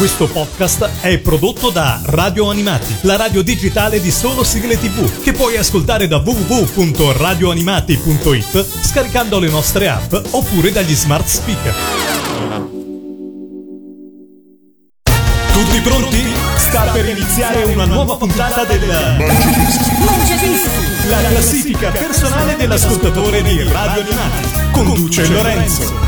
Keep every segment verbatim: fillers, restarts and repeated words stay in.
Questo podcast è prodotto da Radio Animati, la radio digitale di solo sigle tivù, che puoi ascoltare da w w w punto radio animati punto i t scaricando le nostre app oppure dagli smart speaker. Tutti pronti? Sta per iniziare una nuova puntata del Mangiadischi, la classifica personale dell'ascoltatore di Radio Animati. Conduce Lorenzo.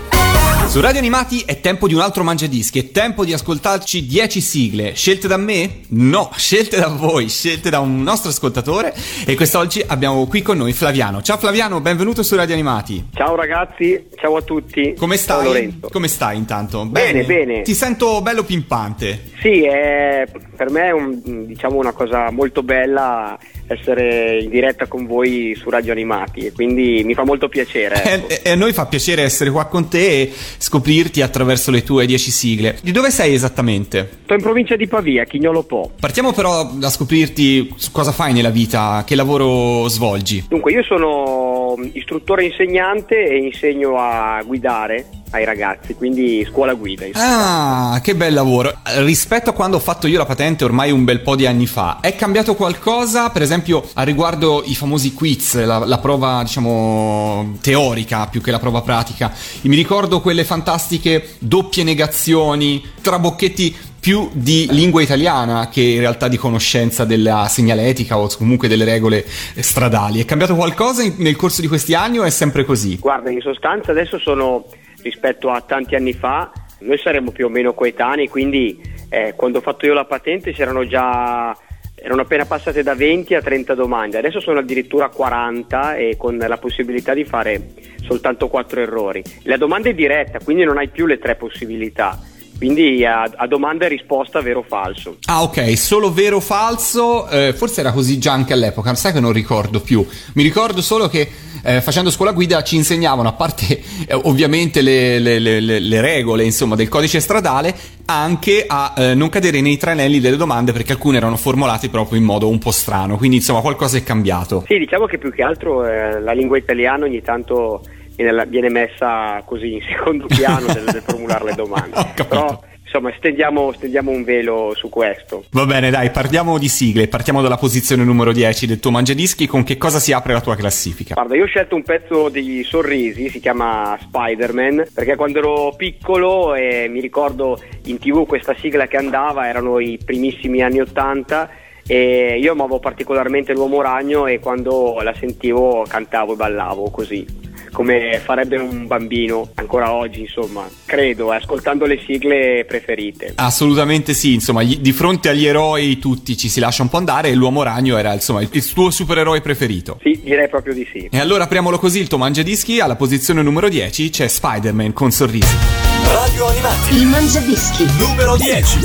Su Radio Animati è tempo di un altro Mangiadischi, è tempo di ascoltarci dieci sigle. Scelte da me? No, scelte da voi, scelte da un nostro ascoltatore. E quest'oggi abbiamo qui con noi Flaviano. Ciao Flaviano, benvenuto su Radio Animati. Ciao ragazzi, ciao a tutti. Come stai? Ciao Lorenzo. Come stai intanto? Bene, bene. bene. Ti sento bello pimpante. Sì, è, per me è un, diciamo una cosa molto bella essere in diretta con voi su Radio Animati e quindi mi fa molto piacere. Ecco. E, e a noi fa piacere essere qua con te e scoprirti attraverso le tue dieci sigle. Di dove sei esattamente? Sto in provincia di Pavia, Chignolo Po. Partiamo però da scoprirti su cosa fai nella vita, che lavoro svolgi. Dunque, io sono istruttore insegnante e insegno a guidare ai ragazzi, quindi scuola guida. Insomma. Ah, che bel lavoro. Rispetto a quando ho fatto io la patente ormai un bel po' di anni fa, è cambiato qualcosa, per esempio, a riguardo i famosi quiz, la, la prova, diciamo, teorica più che la prova pratica? Mi ricordo quelle fantastiche doppie negazioni, trabocchetti più di lingua italiana che in realtà di conoscenza della segnaletica o comunque delle regole stradali. È cambiato qualcosa nel corso di questi anni o è sempre così? Guarda, in sostanza adesso sono, rispetto a tanti anni fa, noi saremmo più o meno coetanei, quindi eh, quando ho fatto io la patente c'erano già, erano appena passate da venti a trenta domande, adesso sono addirittura quaranta e con la possibilità di fare soltanto quattro errori. La domanda è diretta, quindi non hai più le tre possibilità. Quindi a, a domanda e risposta vero o falso. Ah, ok, solo vero o falso. eh, Forse era così già anche all'epoca, sai che non ricordo più. Mi ricordo solo che eh, facendo scuola guida ci insegnavano, a parte eh, ovviamente le, le, le, le regole, insomma, del codice stradale, anche a eh, non cadere nei tranelli delle domande, perché alcune erano formulate proprio in modo un po' strano. Quindi insomma qualcosa è cambiato. Sì, diciamo che più che altro eh, la lingua italiana ogni tanto viene messa così in secondo piano nel, nel formulare le domande. Però insomma stendiamo, stendiamo un velo su questo. Va bene, dai, parliamo di sigle. Partiamo dalla posizione numero dieci del tuo Mangiadischi. Con che cosa si apre la tua classifica? Guarda, io ho scelto un pezzo di Sorrisi, si chiama Spider-Man, perché quando ero piccolo e mi ricordo in tv questa sigla che andava, erano i primissimi anni ottanta e io amavo particolarmente l'Uomo Ragno e quando la sentivo cantavo e ballavo così, come farebbe un bambino ancora oggi, insomma, credo, eh, ascoltando le sigle preferite. Assolutamente sì, insomma, gli, di fronte agli eroi tutti ci si lascia un po' andare e l'Uomo Ragno era, insomma, il, il tuo supereroe preferito. Sì, direi proprio di sì. E allora apriamolo così il tuo Mangiadischi. Alla posizione numero dieci c'è Spider-Man con Sorrisi. Radio Animati, il Mangiadischi numero dieci.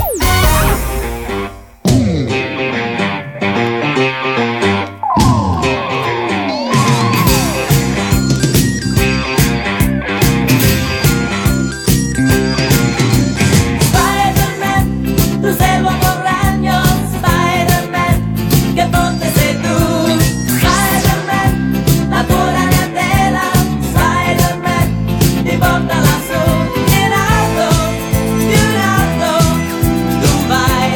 Porta lassù, in alto, più in alto, tu vai.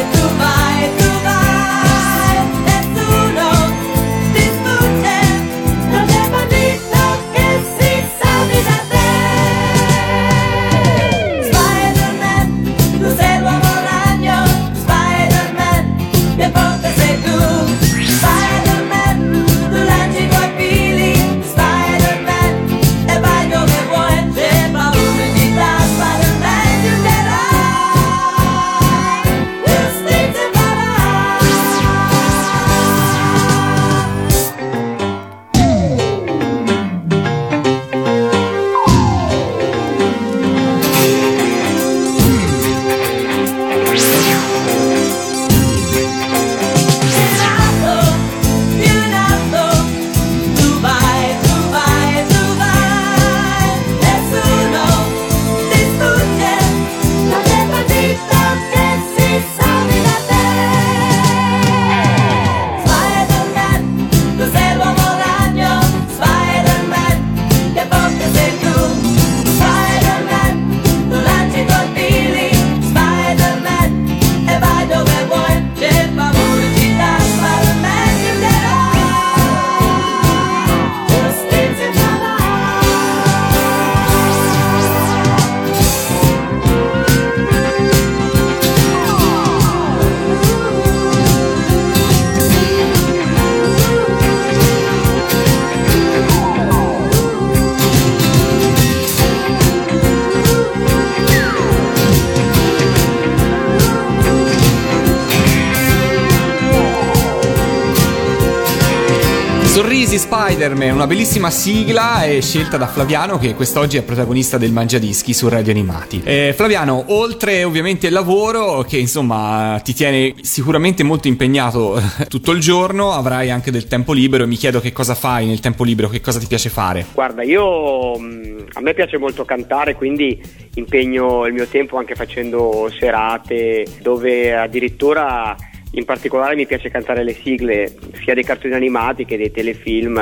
Sorrisi, Spider-Man, una bellissima sigla è scelta da Flaviano, che quest'oggi è protagonista del Mangiadischi su Radio Animati. Eh, Flaviano, oltre ovviamente il lavoro che insomma ti tiene sicuramente molto impegnato tutto il giorno, avrai anche del tempo libero e mi chiedo che cosa fai nel tempo libero, che cosa ti piace fare? Guarda, io a me piace molto cantare, quindi impegno il mio tempo anche facendo serate dove addirittura in particolare mi piace cantare le sigle sia dei cartoni animati che dei telefilm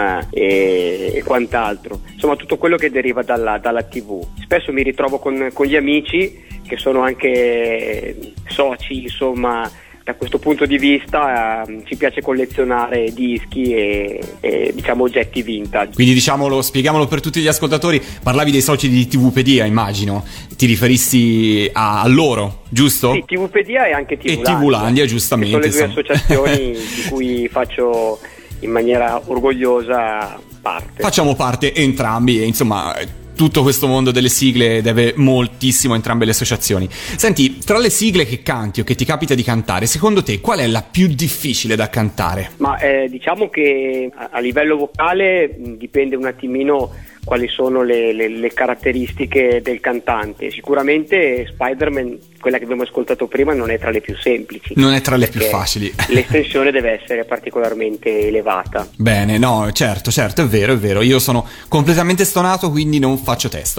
e, e quant'altro, insomma tutto quello che deriva dalla, dalla tivù. Spesso mi ritrovo con, con gli amici che sono anche soci, insomma da questo punto di vista eh, ci piace collezionare dischi e, e diciamo oggetti vintage. Quindi diciamolo, spieghiamolo per tutti gli ascoltatori, parlavi dei soci di TVpedia, immagino, ti riferissi a, a loro, giusto? Sì, TVpedia e anche TVlandia. E TVlandia, giustamente. Che sono le due associazioni di cui faccio in maniera orgogliosa parte. Facciamo parte entrambi e insomma tutto questo mondo delle sigle deve moltissimo a entrambe le associazioni. Senti, tra le sigle che canti o che ti capita di cantare, secondo te qual è la più difficile da cantare? Ma eh, diciamo che a, a livello vocale mh, dipende un attimino quali sono le, le, le caratteristiche del cantante. Sicuramente Spider-Man, quella che abbiamo ascoltato prima, non è tra le più semplici. Non è tra le più facili. L'estensione deve essere particolarmente elevata. Bene, no, certo, certo, è vero, è vero. Io sono completamente stonato, quindi non faccio testo.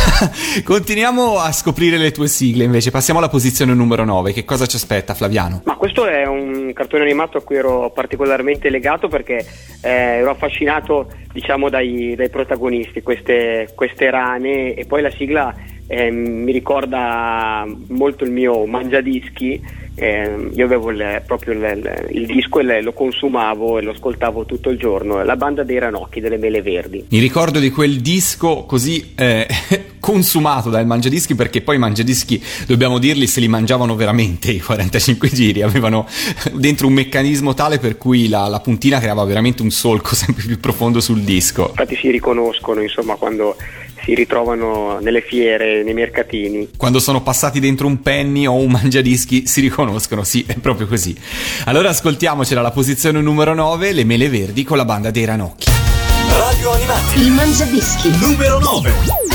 Continuiamo a scoprire le tue sigle, invece. Passiamo alla posizione numero nove. Che cosa ci aspetta, Flaviano? Ma questo è un cartone animato a cui ero particolarmente legato perché eh, ero affascinato, diciamo, dai, dai protagonisti, queste, queste rane, e poi la sigla eh, mi ricorda molto il mio Mangiadischi. Eh, io avevo il, proprio il, il disco e le, lo consumavo e lo ascoltavo tutto il giorno, la banda dei Ranocchi, delle Mele Verdi. Mi ricordo di quel disco così eh, consumato dal Mangiadischi, perché poi i Mangiadischi, dobbiamo dirli, se li mangiavano veramente i quarantacinque giri, avevano dentro un meccanismo tale per cui la, la puntina creava veramente un solco sempre più profondo sul disco. Infatti si riconoscono, insomma, quando si ritrovano nelle fiere, nei mercatini. Quando sono passati dentro un Penny o un Mangiadischi si riconoscono, sì, è proprio così. Allora ascoltiamocela, la posizione numero nove, le Mele Verdi con la banda dei Ranocchi. Radio Animati, il Mangiadischi numero nove.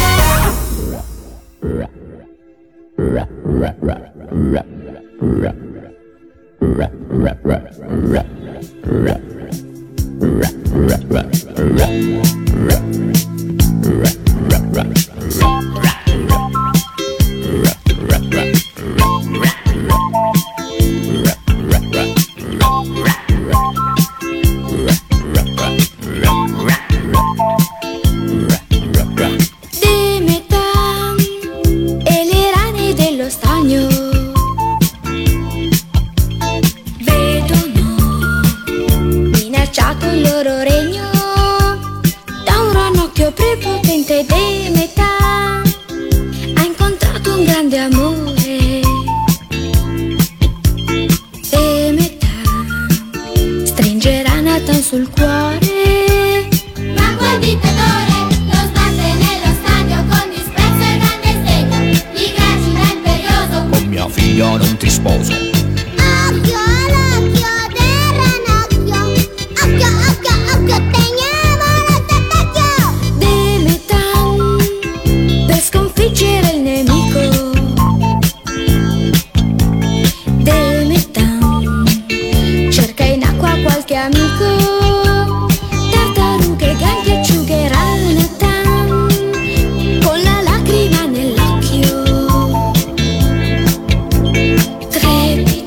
Di metà e le rane dello stagno vedono minacciato il loro regno da un ranocchio prepotente. Di metà ha incontrato un grande amore. Di metà stringerà Nathan sul cuore. Ma quel dittatore lo sbatte nello stadio con disprezzo e grande sdegno. Gli gracila imperioso: con mia figlia non ti sposo. occhio all'occhio del ranocchio, occhio, occhio, occhio, teniamolo sott'occhio. Di metà per sconfiggere il nemico. Di metà cerca in acqua qualche amico. Tartarughe, gangli, acciughe, Ranatan con la lacrima nell'occhio. Trepida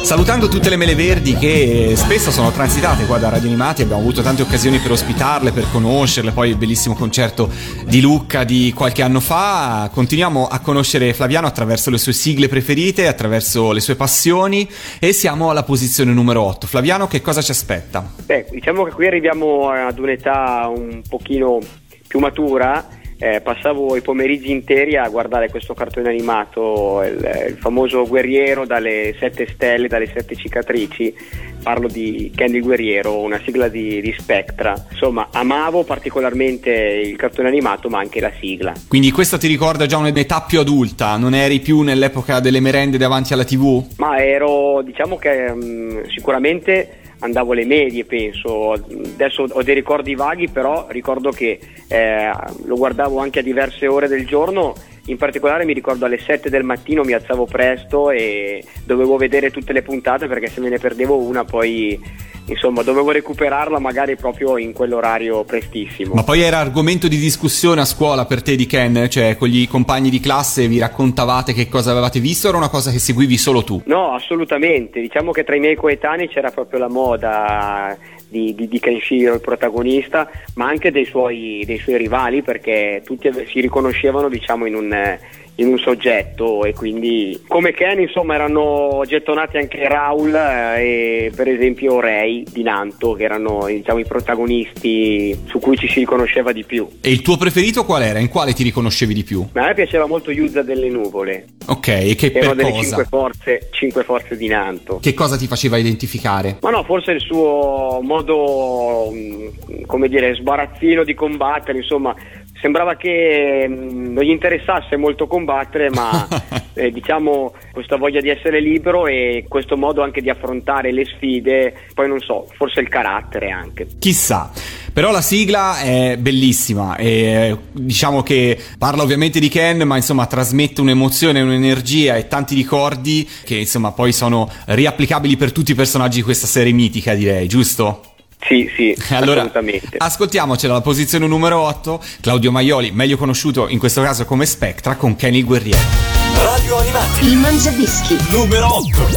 Salutando tutte le mele verdi che spesso sono transitate qua da Radio Animati, abbiamo avuto tante occasioni per ospitarle, per conoscerle, poi il bellissimo concerto di Lucca di qualche anno fa. Continuiamo a conoscere Flaviano attraverso le sue sigle preferite, attraverso le sue passioni, e siamo alla posizione numero otto. Flaviano, che cosa ci aspetta? Beh, diciamo che qui arriviamo ad un'età un pochino più matura. Eh, passavo i pomeriggi interi a guardare questo cartone animato, il, il famoso Guerriero dalle sette stelle, dalle sette cicatrici. Parlo di Ken il Guerriero, una sigla di, di Spectra. Insomma, amavo particolarmente il cartone animato, ma anche la sigla. Quindi questo ti ricorda già un'età più adulta? Non eri più nell'epoca delle merende davanti alla tivù? Ma ero, diciamo che um, sicuramente andavo alle medie, penso. Adesso ho dei ricordi vaghi, però ricordo che eh, lo guardavo anche a diverse ore del giorno. In particolare mi ricordo alle sette del mattino mi alzavo presto e dovevo vedere tutte le puntate, perché se me ne perdevo una poi insomma dovevo recuperarla magari proprio in quell'orario prestissimo. Ma poi era argomento di discussione a scuola per te di Ken? Cioè con gli compagni di classe vi raccontavate che cosa avevate visto o era una cosa che seguivi solo tu? No, assolutamente. Diciamo che tra i miei coetanei c'era proprio la moda di, di, di Kenshiro, il protagonista, ma anche dei suoi, dei suoi rivali, perché tutti si riconoscevano, diciamo, in un, in un soggetto, e quindi come Ken insomma erano gettonati anche Raul eh, e per esempio Rei di Nanto, che erano, diciamo, i protagonisti su cui ci si riconosceva di più. E il tuo preferito qual era? In quale ti riconoscevi di più? A me piaceva molto Yuza delle nuvole. Ok, e che per erano delle cosa? cinque forze, cinque forze di Nanto. Che cosa ti faceva identificare? Ma no, forse il suo modo, come dire, sbarazzino di combattere, insomma, sembrava che mh, non gli interessasse molto combattere, ma eh, diciamo questa voglia di essere libero e questo modo anche di affrontare le sfide, poi non so, forse il carattere anche. Chissà. Però la sigla è bellissima e diciamo che parla ovviamente di Ken, ma insomma trasmette un'emozione, un'energia e tanti ricordi che insomma poi sono riapplicabili per tutti i personaggi di questa serie mitica, direi, giusto? Sì, sì, allora, assolutamente. Ascoltiamocela alla posizione numero otto, Claudio Maioli, meglio conosciuto in questo caso come Spectra, con Ken il Guerriero. Radio Animati, Il Mangiadischi numero otto.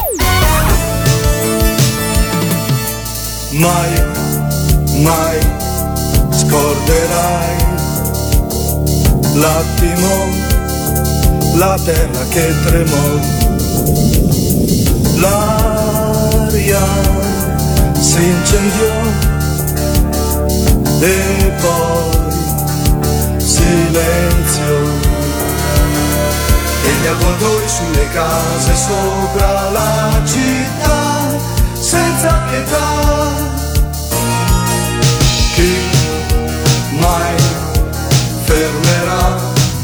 Mai, mai scorderai l'attimo, la terra che tremò, l'aria si incendiò e poi silenzio, e gli avvoltoi sulle case sopra la città senza pietà. Chi mai fermerà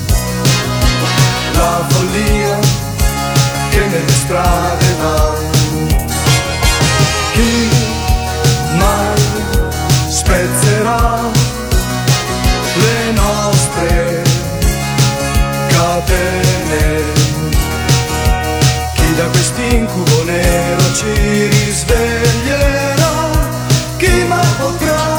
la follia che nelle strade va? Chi mai spezzerà le nostre catene? Chi da quest'incubo nero ci risveglierà? Chi mai potrà?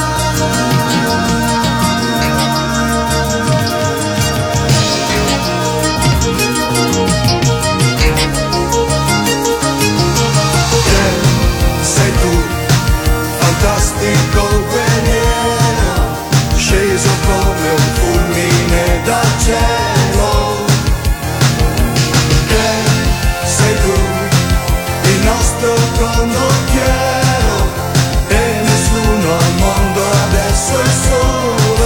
Fantastico guerriero, sceso come un fulmine dal cielo. Che sei tu, il nostro condottiero, e nessuno al mondo adesso è solo.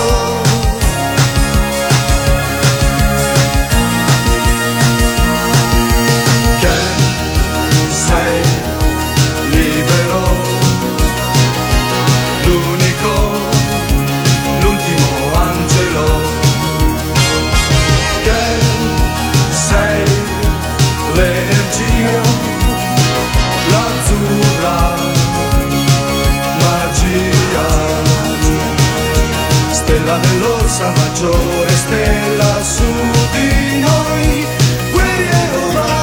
Che sei libero, l'unico, l'ultimo angelo. Che sei l'energia, l'azzurra magia, stella dell'Orsa Maggiore, stella su di noi, guerriero vai.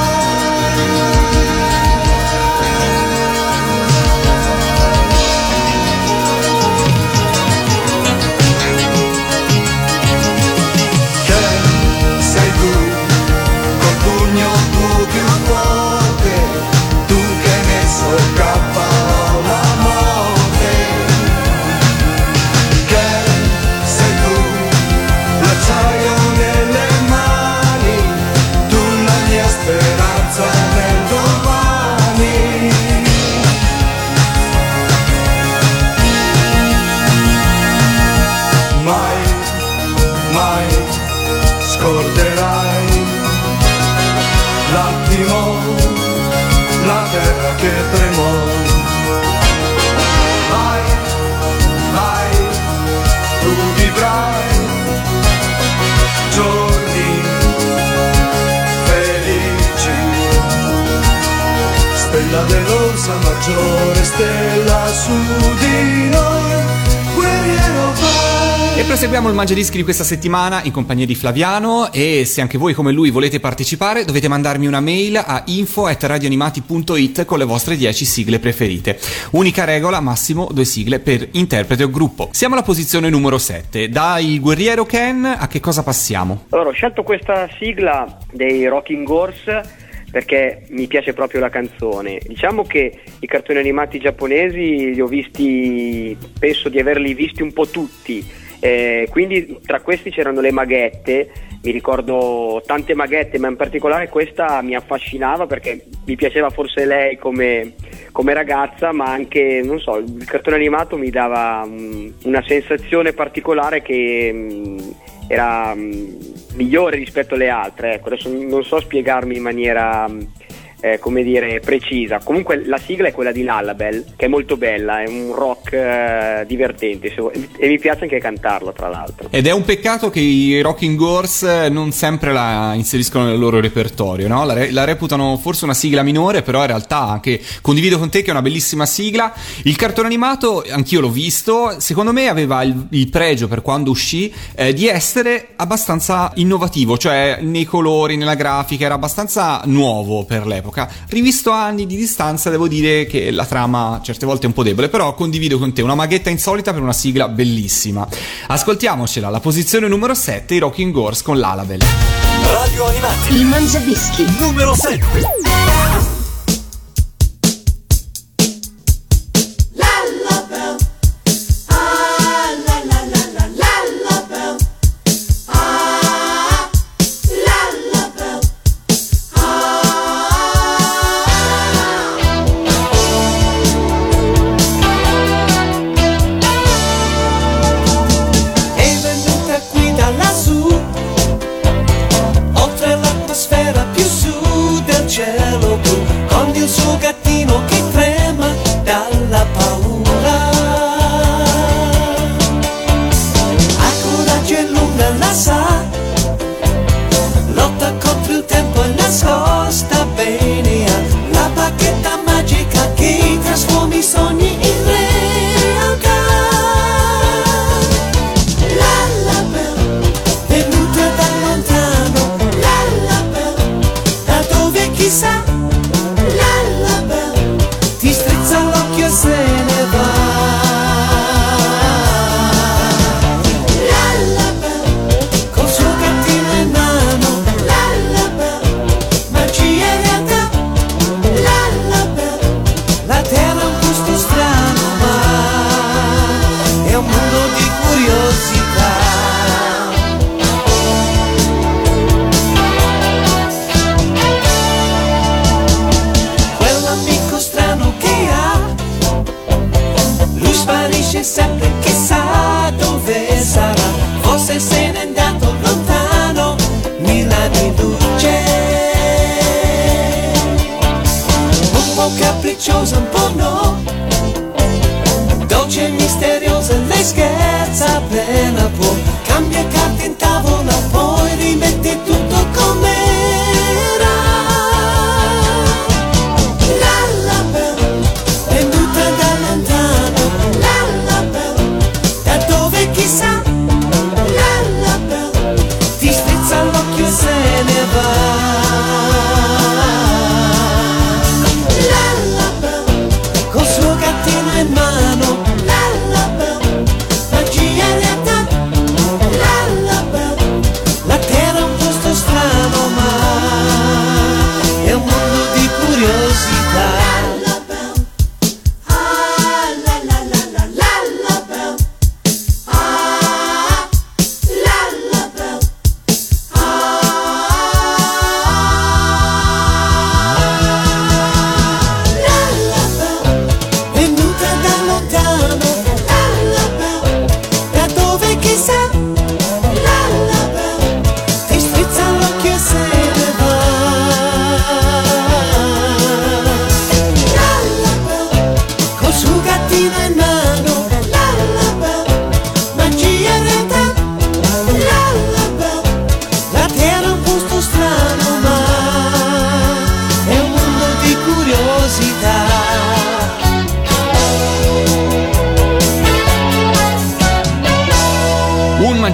Sei tu, col pugno tu più forte, tu che attimo la terra che tremò. Vai, vai, tu vivrai giorni felici. Stella dell'Orsa Maggiore, stella su di noi, guerriero vai. E proseguiamo il Mangiadischi di questa settimana in compagnia di Flaviano, e se anche voi come lui volete partecipare dovete mandarmi una mail a info at radioanimati punto it con le vostre dieci sigle preferite. Unica regola, massimo due sigle per interprete o gruppo. Siamo alla posizione numero sette. Da Il Guerriero Ken a che cosa passiamo? Allora, ho scelto questa sigla dei Rocking Horse perché mi piace proprio la canzone. Diciamo che i cartoni animati giapponesi li ho visti, penso di averli visti un po' tutti. Eh, quindi tra questi c'erano le maghette, mi ricordo tante maghette, ma in particolare questa mi affascinava perché mi piaceva forse lei come, come ragazza, ma anche, non so, il cartone animato mi dava um, una sensazione particolare che um, era um, migliore rispetto alle altre. Ecco, adesso non so spiegarmi in maniera um, Eh, come dire, precisa. Comunque la sigla è quella di Lullaby, che è molto bella, è un rock eh, divertente, e mi piace anche cantarlo, tra l'altro. Ed è un peccato che i Rocking Horse non sempre la inseriscono nel loro repertorio, no? La, re- la reputano forse una sigla minore, però in realtà anche condivido con te che è una bellissima sigla. Il cartone animato, anch'io l'ho visto, secondo me aveva il, il pregio, per quando uscì, eh, di essere abbastanza innovativo, cioè nei colori, nella grafica, era abbastanza nuovo per l'epoca. Rivisto a anni di distanza, devo dire che la trama certe volte è un po' debole, però condivido con te una maghetta insolita per una sigla bellissima. Ascoltiamocela, la posizione numero sette, i Rocking Horse con Lullaby. Radio Animati, Il Mangiadischi numero sette. Cielo blu, con il suo gattino che trema dalla paura. Ha coraggio e lunga la sa, lotta contro il tempo e nascosta bene ha la bacchetta magica che trasforma i sogni in realtà. Lullaby, venuta da lontano, Lullaby, da dove chissà, Lullaby, ti strizza l'occhio e se ne va. Lullaby, col suo gattino in mano, Lullaby, magia e realtà, Lullaby, la terra ha un gusto strano ma è un mondo di curiosità. Quell'amico strano che ha, lui sparisce sempre, chissà dove sarà, forse se n'è andato lontano, mille anni luce. Un po' capricciosa, un po' no, dolce e misteriosa, lei scherza appena può, cambia carte in tavola, poi rimette tutto com'era. Lullaby, venuta da lontano, Lullaby, da dove chissà, Lullaby, ti strizza l'occhio e se ne va. Lullaby, col suo gattino in mano, Lullaby, magia e realtà, Lullaby, la terra ha un gusto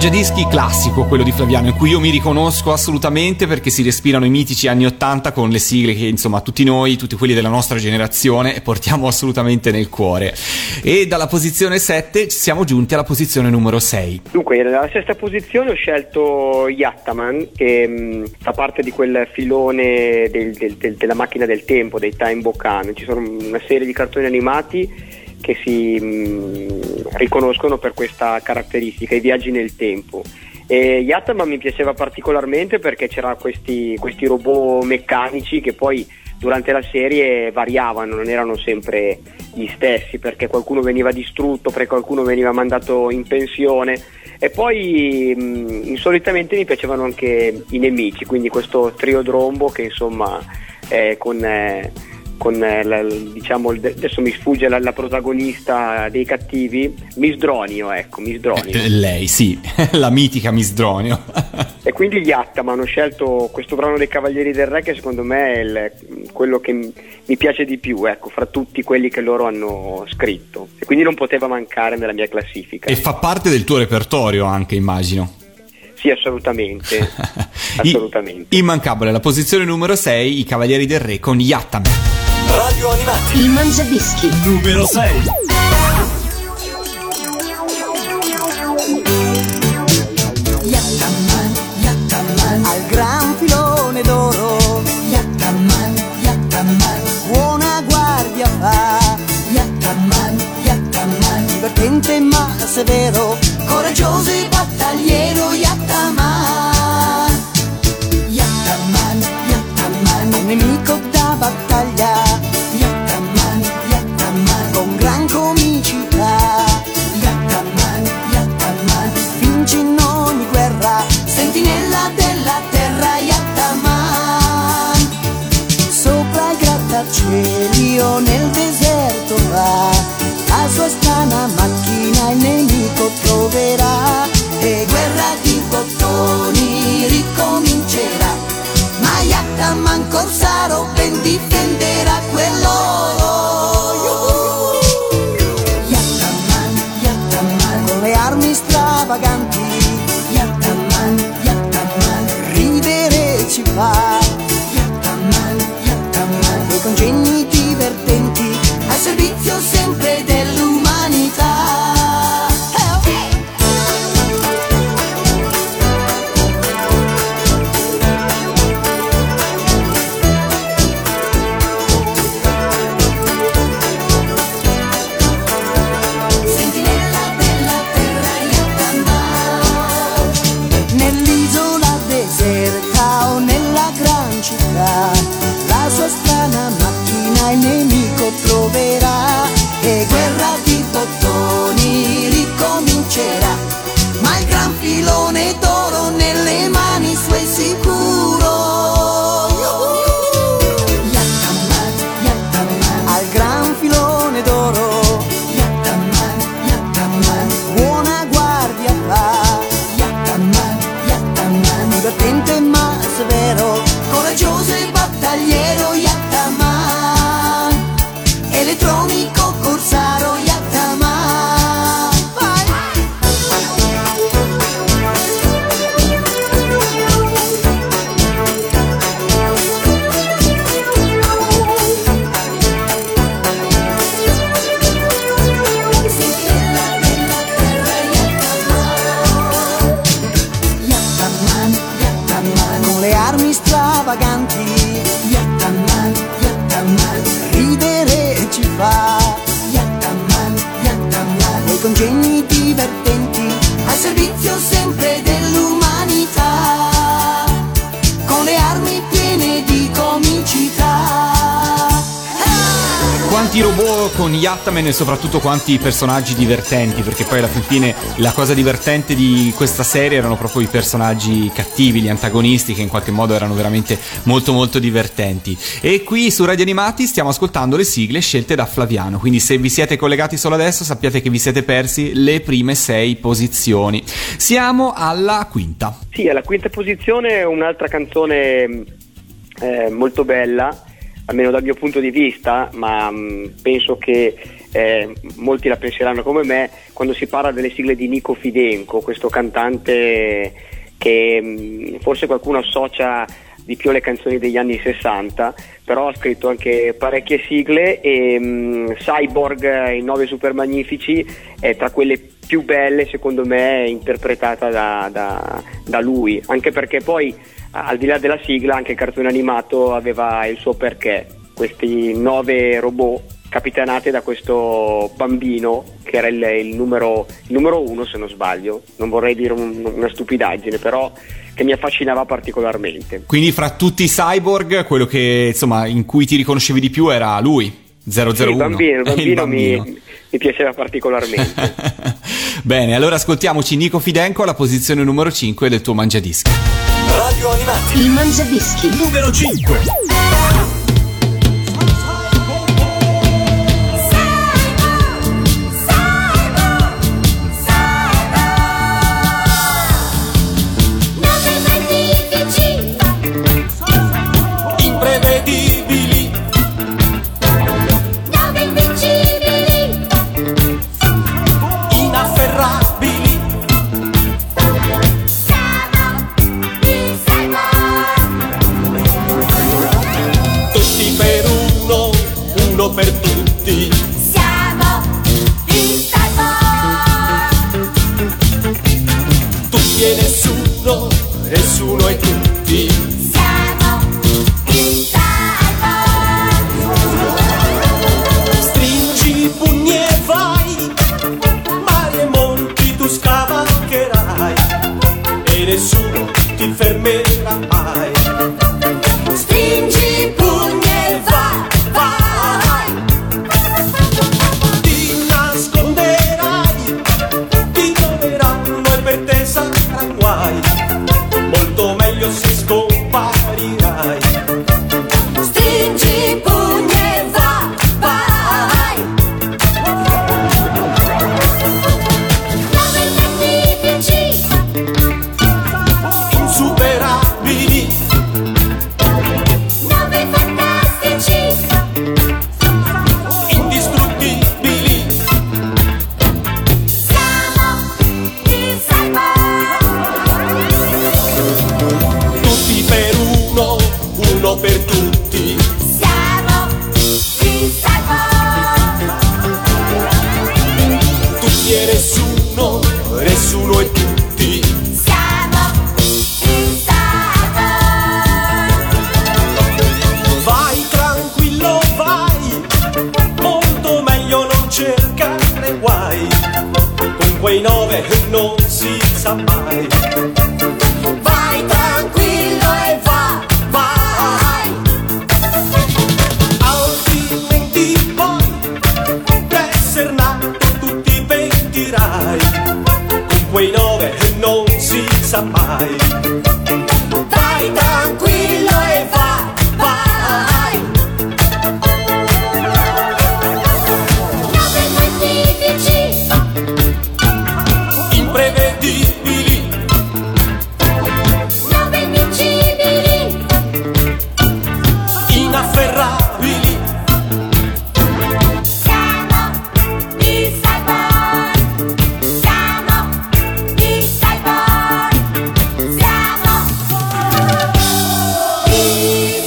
mangiadischi classico, quello di Flaviano, in cui io mi riconosco assolutamente, perché si respirano i mitici anni ottanta con le sigle che insomma tutti noi, tutti quelli della nostra generazione, portiamo assolutamente nel cuore. E dalla posizione sette siamo giunti alla posizione numero sei. Dunque, nella sesta posizione ho scelto Yattaman, che mh, fa parte di quel filone del, del, del, della macchina del tempo, dei Time Bokan. Ci sono una serie di cartoni animati che si mh, riconoscono per questa caratteristica, i viaggi nel tempo. E Yattaman mi piaceva particolarmente perché c'erano questi, questi robot meccanici che poi durante la serie variavano, non erano sempre gli stessi, perché qualcuno veniva distrutto, perché qualcuno veniva mandato in pensione, e poi mh, insolitamente mi piacevano anche i nemici, quindi questo trio Drombo che insomma eh, con... Eh, con la, diciamo adesso mi sfugge la, la protagonista dei cattivi, Misdronio, ecco, Misdronio. Eh, lei, sì, la mitica Misdronio. E quindi gli Yattaman hanno scelto questo brano dei Cavalieri del Re, che secondo me è il, quello che m- mi piace di più, ecco, fra tutti quelli che loro hanno scritto, e quindi non poteva mancare nella mia classifica. E fa parte del tuo repertorio anche, immagino. Sì, assolutamente. Assolutamente. Immancabile, la posizione numero sei, i Cavalieri del Re con Yattaman. Radio Animati. Il mangiadischi Numero sei. Yattaman, Yattaman, al gran filone d'oro. Yattaman, Yattaman, buona guardia fa. Yattaman, Yattaman, divertente ma severo, coraggioso e battagliero. Yattaman, Yattaman, Yattaman, un nemico da battaglia. Yattaman, Yattaman, con gran comicità. Yattaman, Yattaman, vince in ogni guerra, sentinella della terra. Yattaman, sopra i grattacieli o nel deserto va, la sua strana macchina il nemico troverà, e guerra di bottoni ricomincerà, ma Yattaman corsaro ben difenderà quell'oro. Yattaman, Yattaman, con le armi stravaganti. Yattaman, Yattaman, ridere ci fa. Yattaman, Yattaman, dei congegni divertenti, al servizio sempre dell'umanità. La sua strana macchina il nemico troverà, e guerra di bottoni ricomincerà, ma il gran filone d'oro nelle mani sue sicuro. Yattaman, Yattaman, al gran filone d'oro. Yattaman, Yattaman, buona guardia fa. Yattaman, Yattaman, divertente ma severo, coraggioso e battagliero. Yattaman, elettronico corsaro. Yattaman, vai! Sentinella della terra. Yattaman, Yattaman, Yattaman, con le armi stravaganti. Yattaman, Yattaman, ridere ci fa. Yattaman, Yattaman, nei congegni divertenti, al servizio sempre dell'umanità, con le armi piene di comicità. Quanti robot con Yattaman e soprattutto quanti personaggi divertenti, perché poi alla fine la cosa divertente di questa serie erano proprio i personaggi cattivi, gli antagonisti, che in qualche modo erano veramente molto molto divertenti. E qui su Radio Animati stiamo ascoltando le sigle scelte da Flaviano, quindi se vi siete collegati solo adesso sappiate che vi siete persi le prime sei posizioni. Siamo alla quinta. Sì, alla quinta posizione un'altra canzone eh, molto bella, almeno dal mio punto di vista, ma mh, penso che eh, molti la penseranno come me, quando si parla delle sigle di Nico Fidenco, questo cantante che mh, forse qualcuno associa di più alle canzoni degli anni sessanta, però ha scritto anche parecchie sigle e mh, Cyborg, i nove super magnifici, è tra quelle più belle secondo me interpretata da, da, da lui, anche perché poi al di là della sigla anche il cartone animato aveva il suo perché, questi nove robot capitanati da questo bambino che era il, il, numero, il numero uno, se non sbaglio, non vorrei dire un, una stupidaggine, però che mi affascinava particolarmente. Quindi fra tutti i cyborg quello che insomma in cui ti riconoscevi di più era lui, zero zero uno. Sì, il bambino, il bambino, il bambino. Mi, mi piaceva particolarmente. Bene, allora ascoltiamoci Nico Fidenco alla posizione numero cinque del tuo Mangiadischi. Radio Animati. Il Mangiadischi Numero cinque. Imprevedibili, Nove invincibili, inafferrabili, siamo i Cyborg. tutti per uno, uno per tutti. Siamo i Cyborg. Tutti e nessuno, nessuno e tutti. Siamo i Cyborg. Stringi i pugni e vai, mari e monti tu scavalcherai e nessuno ti fermerà mai. Stringi i pugni e vai, vai. Ti nasconderai, ti troveranno e per te sarà guai, molto meglio se scomparirai. Stringi i pugni e vai, vai. Nove magnifici, Insuperabili, nove fantastici, indistruttibili, siamo i Cyborg. tutti per uno, uno per tutti. Siamo i Cyborg. Tutti e nessuno, nessuno e tutti. Siamo i Cyborg. Vai tranquillo, vai, molto meglio non cercare guai, con quei nove non si sa mai. Vai tranquillo e va, vai. Altrimenti poi d'esser nato tu ti pentirai, con quei nove non si sa mai. Vai tranquillo e va, vai. Nove magnifici, Imprevedibili, nove invincibili, inafferrabili, siamo i Cyborg. Siamo i Cyborg. Siamo i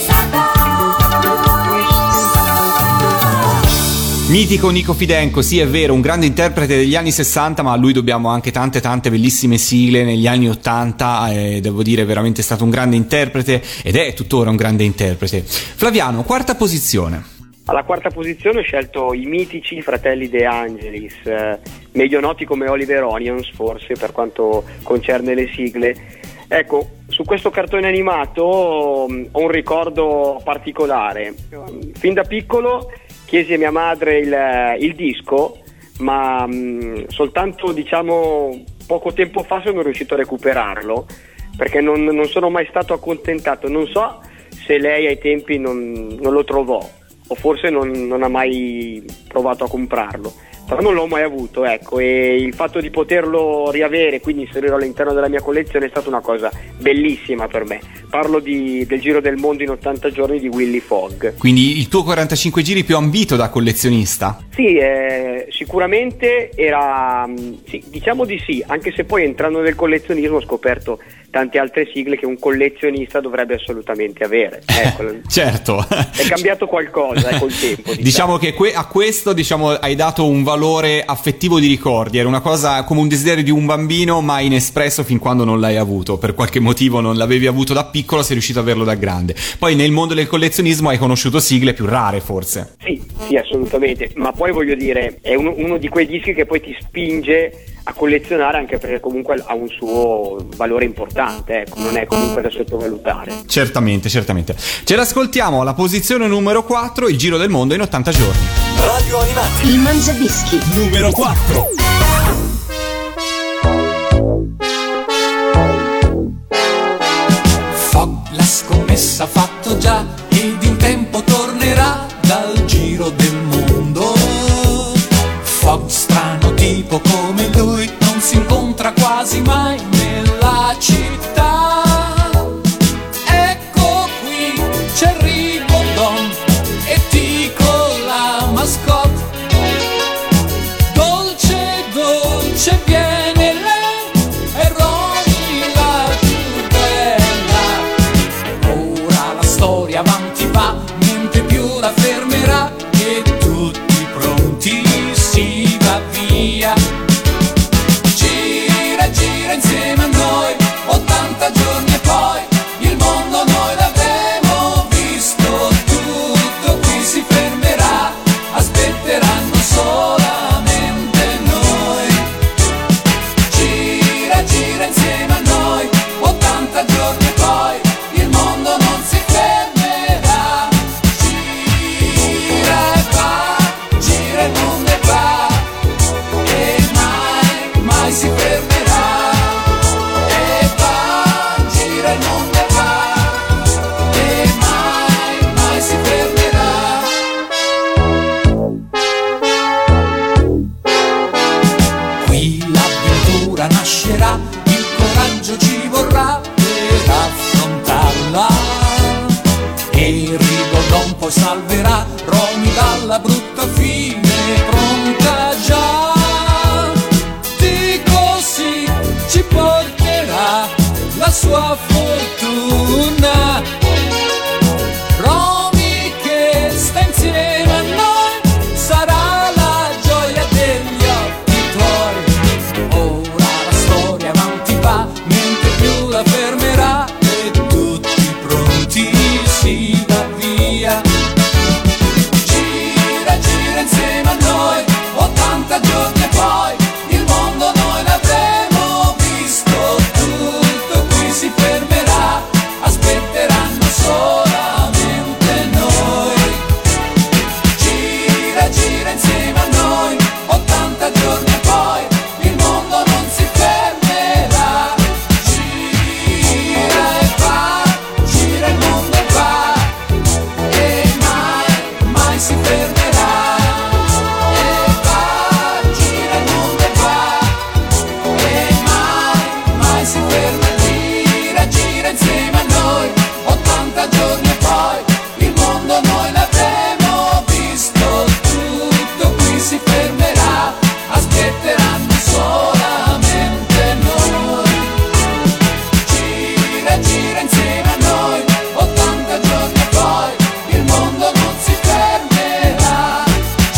Cyborg. Mitico Nico Fidenco, sì è vero, un grande interprete degli anni sessanta, ma a lui dobbiamo anche tante tante bellissime sigle negli anni ottanta, e devo dire veramente è stato un grande interprete ed è tuttora un grande interprete. Flaviano, quarta posizione. Alla quarta posizione ho scelto i mitici Fratelli De Angelis, eh, meglio noti come Oliver Onions forse per quanto concerne le sigle. Ecco, su questo cartone animato mh, ho un ricordo particolare. Fin da piccolo chiesi a mia madre il, il disco, ma mh, soltanto diciamo poco tempo fa sono riuscito a recuperarlo, perché non, non sono mai stato accontentato. Non so se lei ai tempi non, non lo trovò, o forse non, non ha mai provato a comprarlo, però non l'ho mai avuto, ecco, e il fatto di poterlo riavere, quindi inserirlo all'interno della mia collezione, è stata una cosa bellissima per me. Parlo di, del Giro del Mondo in ottanta giorni di Willy Fogg. Quindi il tuo quarantacinque giri più ambito da collezionista? Sì, eh, sicuramente era, sì, diciamo di sì, anche se poi entrando nel collezionismo ho scoperto tante altre sigle che un collezionista dovrebbe assolutamente avere. Ecco, certo. È cambiato qualcosa eh, col tempo. Diciamo, diciamo che que- a questo diciamo hai dato un valore affettivo di ricordi, era una cosa come un desiderio di un bambino ma inespresso fin quando non l'hai avuto, per qualche motivo non l'avevi avuto da piccolo, sei riuscito a averlo da grande. Poi nel mondo del collezionismo hai conosciuto sigle più rare forse. Sì, sì, assolutamente, ma poi voglio dire, è uno, uno di quei dischi che poi ti spinge a collezionare, anche perché comunque ha un suo valore importante, ecco, non è comunque da sottovalutare. Certamente, certamente. Ce l'ascoltiamo alla posizione numero quattro, il Giro del Mondo in ottanta giorni. Radio Animati, il Mangiadischi numero quattro. Fogg la scommessa ha fatto già ed in tempo tornerà dal Giro del Mondo. Fogg strano tipo come lui non si incontra quasi mai nella città. Ecco qui c'è Ribondon e Tico la mascotte. Dolce dolce viene lei e Ronny la più bella. Ora la storia avanti va, niente più la fermerà e tutti pronti si va via. Gira, gira insieme a noi, ottanta giorni e poi il mondo noi l'avremo visto tutto, qui si fermerà, aspetteranno solamente noi. Gira, gira insieme a noi, ottanta giorni e poi il mondo non si fermerà. Gira e va, gira il mondo e va, e mai, mai si fermerà. E va, gira il mondo e va, e mai, mai si fermerà. Qui l'avventura nascerà, il coraggio ci vorrà per affrontarla. E Ribondon poi salverà Ronny dalla brutta fine, pronta già. Dico sì, ci porterà la sua fortuna. Ronny che sta insieme a noi sarà la gioia degli occhi tuoi. Ora la storia avanti va, niente più la fermerà e tutti pronti si va via. Gira, gira insieme a noi, ottanta giorni e poi il mondo noi l'avremo visto tutto, qui si fermerà, aspetteranno solamente noi. Gira, gira insieme a noi, ottanta giorni e poi il mondo non si fermerà. Gira e va, gira il mondo e va, e mai, mai si fermerà. E va, gira il mondo e va, e mai, mai si fermerà. Gira, gira insieme a noi, ottanta giorni e poi il mondo noi l'avremo visto tutto, qui si fermerà, aspetteranno solamente noi. Gira, gira insieme a noi, ottanta giorni e poi il mondo non si fermerà.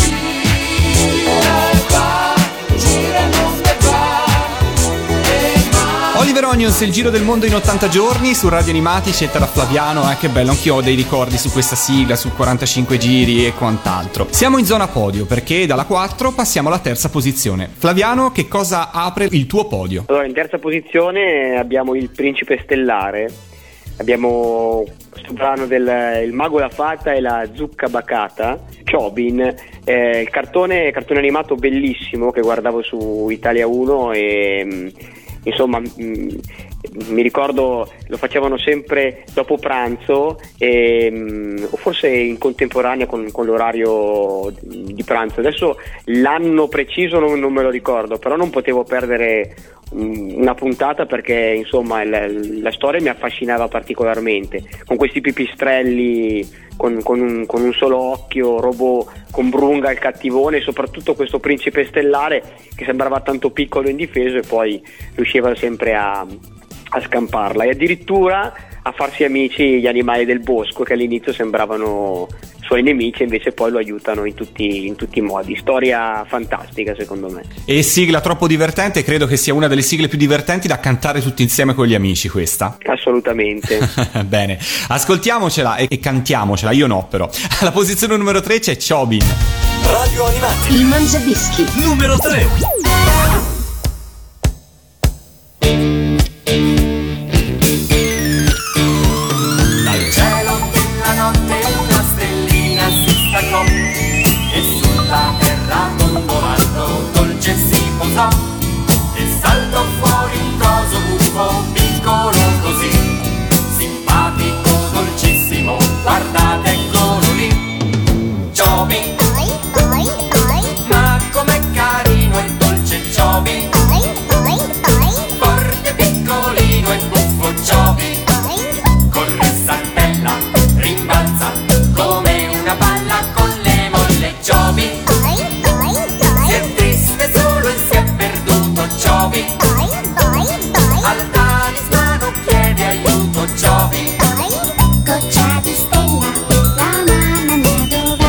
Gira e va, gira il mondo e va, e mai. Oliver Onions, il Giro del Mondo in ottanta giorni su Radio Animati, scelta da Flaviano. Eh, che bello, anch'io ho dei ricordi su questa sigla, su quarantacinque giri e quant'altro. Siamo in zona podio perché dalla quattro passiamo alla terza posizione. Flaviano, che cosa apre il tuo podio? Allora, in terza posizione abbiamo Il Principe Stellare, abbiamo questo brano del Il Mago la Fata e la Zucca Bacata, Chobin, eh, il cartone, cartone animato bellissimo che guardavo su Italia uno e mh, insomma mh, mi ricordo lo facevano sempre dopo pranzo e, o forse in contemporanea con, con l'orario di pranzo. Adesso l'anno preciso non, non me lo ricordo, però non potevo perdere una puntata perché insomma la, la storia mi affascinava particolarmente, con questi pipistrelli con, con, un, con un solo occhio, robot con Brunga il cattivone, e soprattutto questo principe stellare che sembrava tanto piccolo e indifeso e poi riusciva sempre a, a scamparla, e addirittura a farsi amici gli animali del bosco che all'inizio sembravano suoi nemici, invece poi lo aiutano in tutti, in tutti i modi. Storia fantastica secondo me. E sigla troppo divertente, credo che sia una delle sigle più divertenti da cantare tutti insieme con gli amici, questa. Assolutamente. Bene, ascoltiamocela e, e cantiamocela, io no però. Alla posizione numero tre c'è Chobin. Radio Animati. Il Mangiadischi. Numero tre. E sulla terra dondolando dolce si posò e saltò fuori un coso buffo piccolo così, simpatico, dolcissimo, guardate eccolo lì, Chobin, ma com'è carino e dolce Chobin, forte, piccolino e buffo Chobin, corre, saltella, rimbalza come una palla con le molle Chobin, si è triste solo e si è perduto Chobin, al talismano chiede aiuto Chobin, Goccia di stella, la mamma mia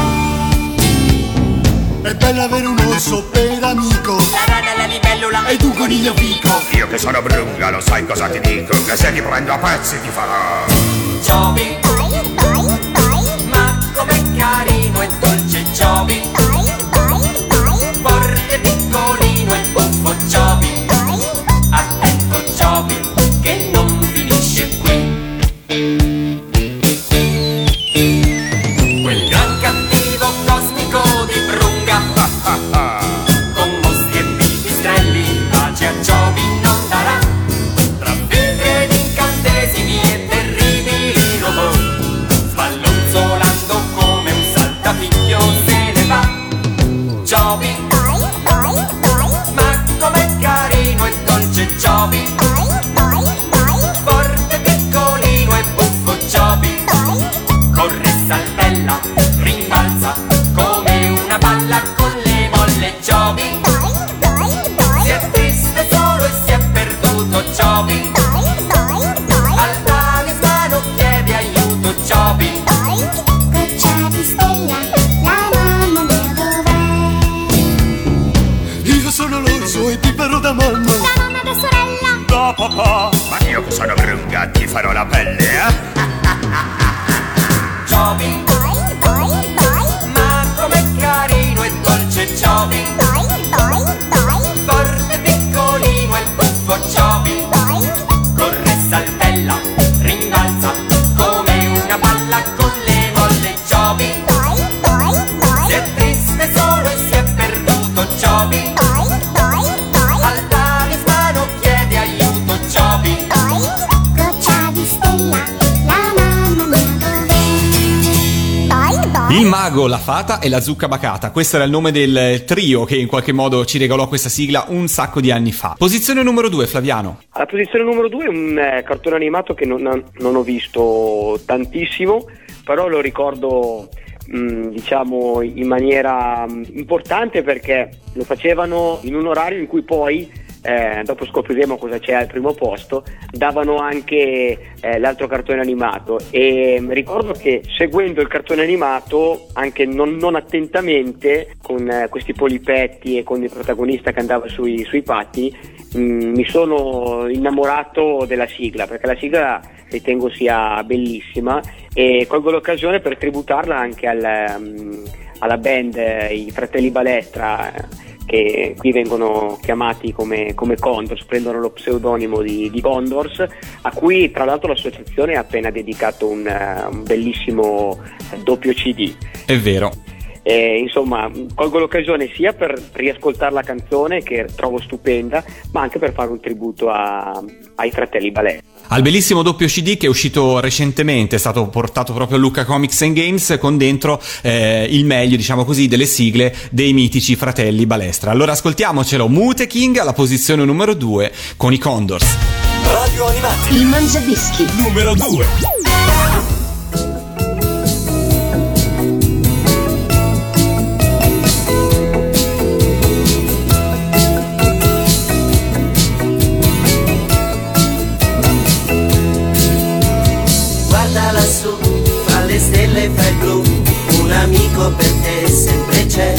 dov'è? È bello avere un orso per amico, la rana, la libellula e tu coniglio fico. Io che sono Brunga, lo sai cosa ti dico? Che se ti prendo a pezzi ti farò Chobin, ma com'è carino e dolce Chobin, forte, piccolino e buffo Chobin, attento Chobin che non finisce qui. Quel gran cattivo cosmico di Brunga con mostri e pipistrelli pace a Chobin non darà, tra filtri ed incantesimi e terribili robot, sballonzolando come un saltapicchio se ne va Chobin, ma com'è carino e dolce Chobin, forte, piccolino e buffo Chobin, corre, saltella, rimbalza come una palla con le molle Chobin, si è triste solo e si è perduto Chobin, al talismano chiede aiuto Chobin, Goccia di stella, la mamma mia dov'è? Io sono l'orso e pippero da mamma, Da nonna, da sorella, da papà. Ma io che sono Brunga ti farò la pelle, eh? Chobin, ma com'è carino e dolce Chobin, forte, piccolino e buffo Chobin, corre, saltella, rimbalza come una palla con le molle Chobin, si è triste solo e si è perduto Chobin, al talismano chiede aiuto Chobin, Goccia di stella, la mamma mia dov'è? Il mago, la fata e la zucca bacata. Questo era il nome del trio che in qualche modo ci regalò questa sigla un sacco di anni fa. Posizione numero due, Flaviano. Alla posizione numero due un eh, cartone animato che non, non ho visto tantissimo, però lo ricordo mh, diciamo in maniera mh, importante perché lo facevano in un orario in cui poi Eh, dopo scopriremo cosa c'è al primo posto, davano anche eh, l'altro cartone animato e mh, ricordo che seguendo il cartone animato anche non, non attentamente con eh, questi polipetti e con il protagonista che andava sui, sui pattini mh, mi sono innamorato della sigla, perché la sigla ritengo sia bellissima e colgo l'occasione per tributarla anche al, um, alla band eh, i Fratelli Balestra, eh, che qui vengono chiamati come, come Condors, prendono lo pseudonimo di, di Condors, a cui tra l'altro l'associazione ha appena dedicato un, uh, un bellissimo doppio C D. È vero. E, insomma, colgo l'occasione sia per riascoltare la canzone, che trovo stupenda, ma anche per fare un tributo a, ai fratelli Balestra. Al bellissimo doppio C D che è uscito recentemente, è stato portato proprio a Lucca Comics and Games, con dentro eh, il meglio, diciamo così, delle sigle dei mitici fratelli Balestra. Allora ascoltiamocelo, Mute King alla posizione numero due con i Condors. Radio Animati, il Mangiadischi numero due. Lassù, fra le stelle e fra il blu, un amico per te sempre c'è.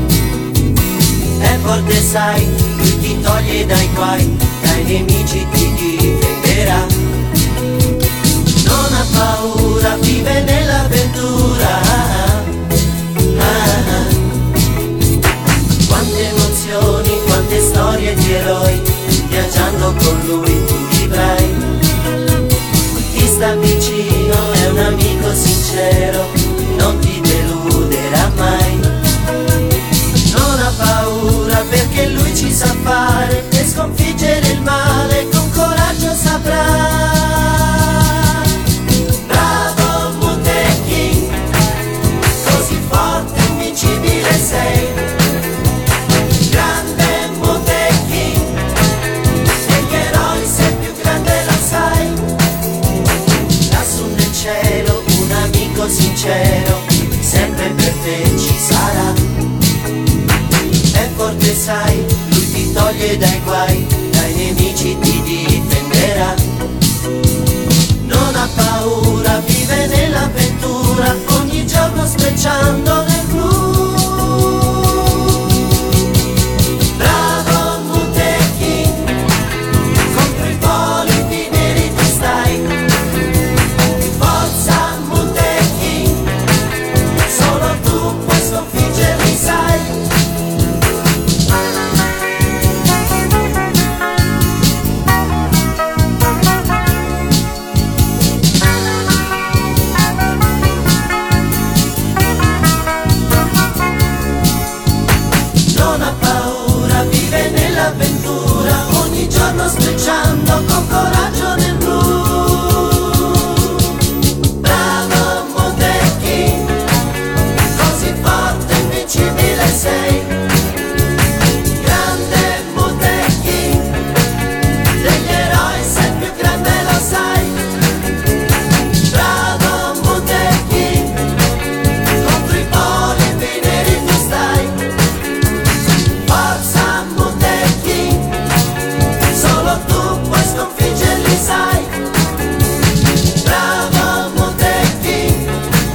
È forte sai, lui ti toglie dai guai, dai nemici ti difenderà. Non ha paura, vive nell'avventura. Ah, ah. Quante emozioni, quante storie di eroi, viaggiando con lui tu vivrai. Ti sta vicino, è un amico sincero, non ti deluderà mai. Non ha paura perché lui ci sa fare, e sconfiggere il male con coraggio saprà. Bravo Mute King, così forte e invincibile sei. Grande Mute King, degli eroi sei più grande, lo sai. Lassù nel cielo un amico sincero, sempre per te ci sarà. È forte sai, lui ti toglie dai guai, dai nemici ti difenderà. Non ha paura, vive nell'avventura, ogni giorno sprecciando nel blu. Bravo Mute King, contro i polipi neri ti stai. Forza Mute King, solo tu puoi sconfiggerli sai. Non ha paura, vive nell'avventura, ogni giorno sprecciando con coraggio nel blu. Bravo Mute King, così forte e invincibile sei. Grande Mute King, degli eroi sei più grande, lo sai. Bravo Mute King, contro i polipi neri tu stai. Forza Mute King, solo tu puoi sconfiggerli sai. Bravo Mute King.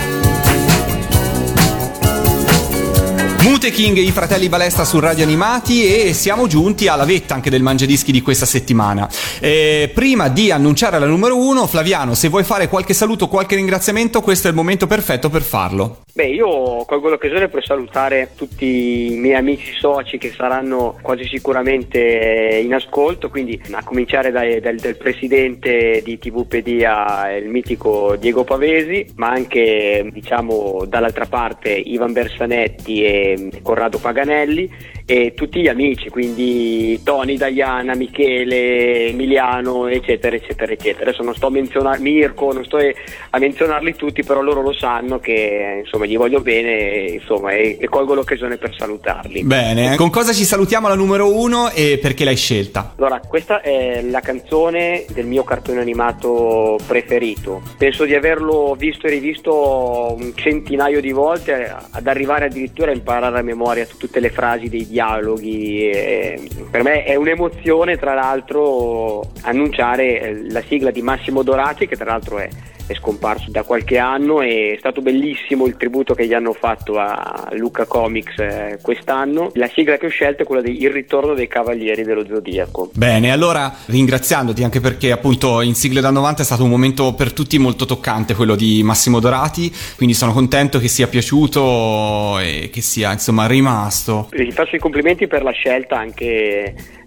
Mute King e i fratelli Balestra su Radio Animati, e siamo giunti alla vetta anche del Mangiadischi di questa settimana. Eh, prima di annunciare la numero uno, Flaviano, se vuoi fare qualche saluto, qualche ringraziamento, questo è il momento perfetto per farlo. Beh, io colgo l'occasione per salutare tutti i miei amici soci che saranno quasi sicuramente in ascolto, quindi a cominciare dai, dal, dal presidente di TVpedia, il mitico Diego Pavesi, ma anche diciamo dall'altra parte Ivan Bersanetti e Corrado Paganelli, e tutti gli amici, quindi Tony, Diana, Michele, Emiliano, eccetera eccetera eccetera. Adesso non sto a menzionare Mirko, non sto a menzionarli tutti, però loro lo sanno che insomma gli voglio bene, insomma, e, e colgo l'occasione per salutarli. Bene, con cosa ci salutiamo alla numero uno e perché l'hai scelta? Allora, questa è la canzone del mio cartone animato preferito. Penso di averlo visto e rivisto un centinaio di volte, ad arrivare addirittura a imparare a memoria tutte le frasi dei dialoghi. E per me è un'emozione, tra l'altro, annunciare la sigla di Massimo Dorati, che tra l'altro è è scomparso da qualche anno, e è stato bellissimo il tributo che gli hanno fatto a Lucca Comics eh, quest'anno. La sigla che ho scelto è quella di Il ritorno dei Cavalieri dello Zodiaco. Bene, allora ringraziandoti anche perché appunto in Sigle da novanta è stato un momento per tutti molto toccante, quello di Massimo Dorati, quindi sono contento che sia piaciuto e che sia insomma rimasto. Gli faccio i complimenti per la scelta anche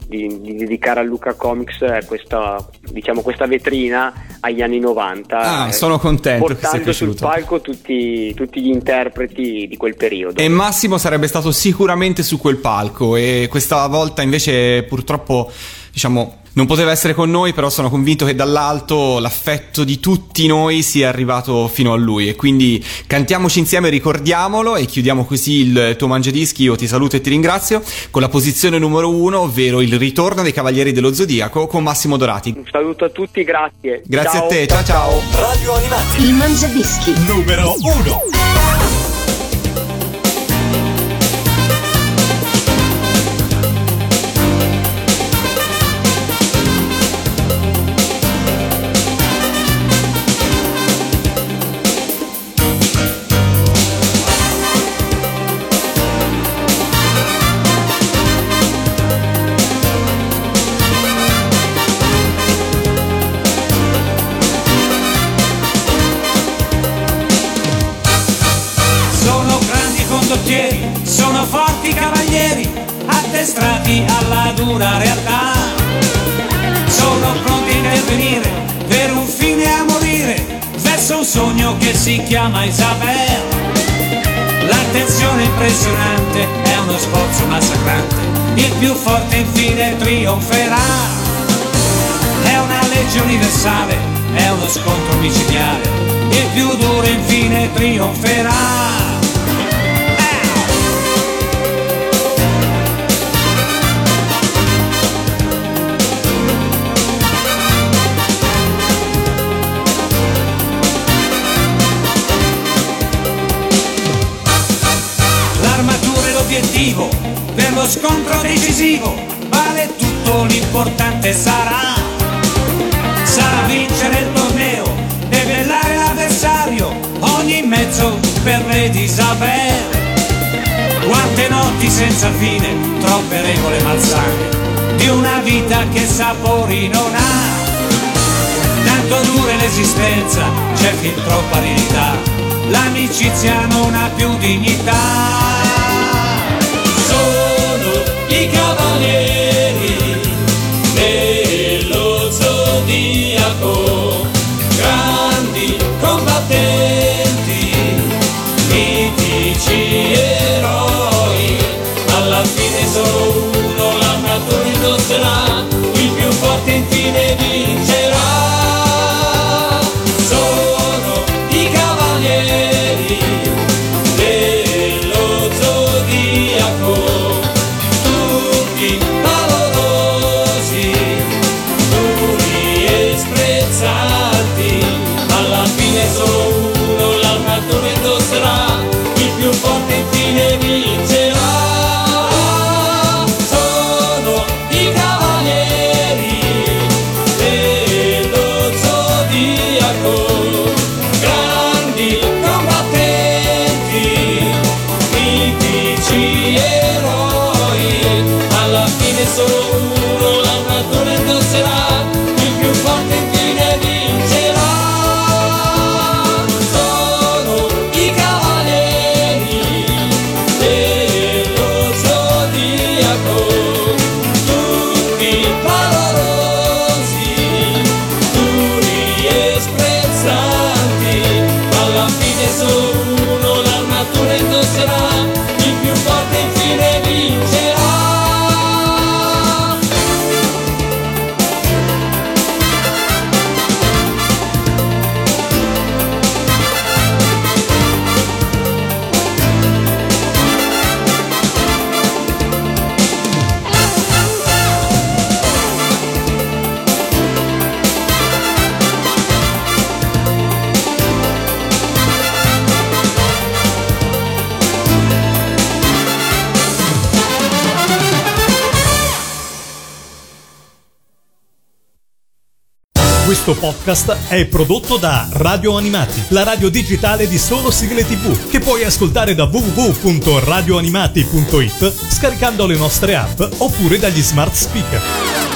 di, di dedicare a Luca Comics eh, questa, diciamo, questa vetrina agli anni novanta. Ah, eh, sono contento che sia portando sul piaciuto. palco tutti, tutti gli interpreti di quel periodo. E Massimo sarebbe stato sicuramente su quel palco, e questa volta invece purtroppo, diciamo, non poteva essere con noi, però sono convinto che dall'alto l'affetto di tutti noi sia arrivato fino a lui, e quindi cantiamoci insieme, ricordiamolo, e chiudiamo così il tuo Mangiadischi. Io ti saluto e ti ringrazio con la posizione numero uno, ovvero il ritorno dei Cavalieri dello Zodiaco con Massimo Dorati. Un saluto a tutti, grazie. Grazie Ciao. a te, ciao ciao. Radio Animati. Il Mangiadischi Numero uno. Sono forti cavalieri, addestrati alla dura realtà. Sono pronti a intervenire per un fine a morire, verso un sogno che si chiama Isabel. L'attenzione impressionante è uno sforzo massacrante, il più forte infine trionferà. È una legge universale, è uno scontro micidiale, il più duro infine trionferà. Per lo scontro decisivo vale tutto, l'importante sarà sarà vincere il torneo, debellare l'avversario, ogni mezzo per Lady Isabel. Quante notti senza fine, troppe regole malsane di una vita che sapori non ha. Tanto dura l'esistenza, c'è fin troppa aridità, l'amicizia non ha più dignità. I cavalieri dello Zodiaco, grandi combattenti, mitici eroi, alla fine solo uno l'armatura indosserà, il più forte infine vincerà. Sono i cavalieri dello Zodiaco, valorosi, duri e sprezzanti, alla fine solo uno l'armatura indosserà, il più forte infine vincerà. Sono i cavalieri dello Zodiaco, grandi combattenti, mitici eroi, alla fine solo uno l'armatura indosserà, il più forte infine vincerà. Sono i cavalieri dello Zodiaco, tutti valorosi, duri e sprezzanti, alla fine solo uno l'armatura indosserà, il più forte infine vincerà. Questo podcast è prodotto da Radio Animati, la radio digitale di solo sigle tivù, che puoi ascoltare da w w w punto radio animati punto it scaricando le nostre app oppure dagli smart speaker.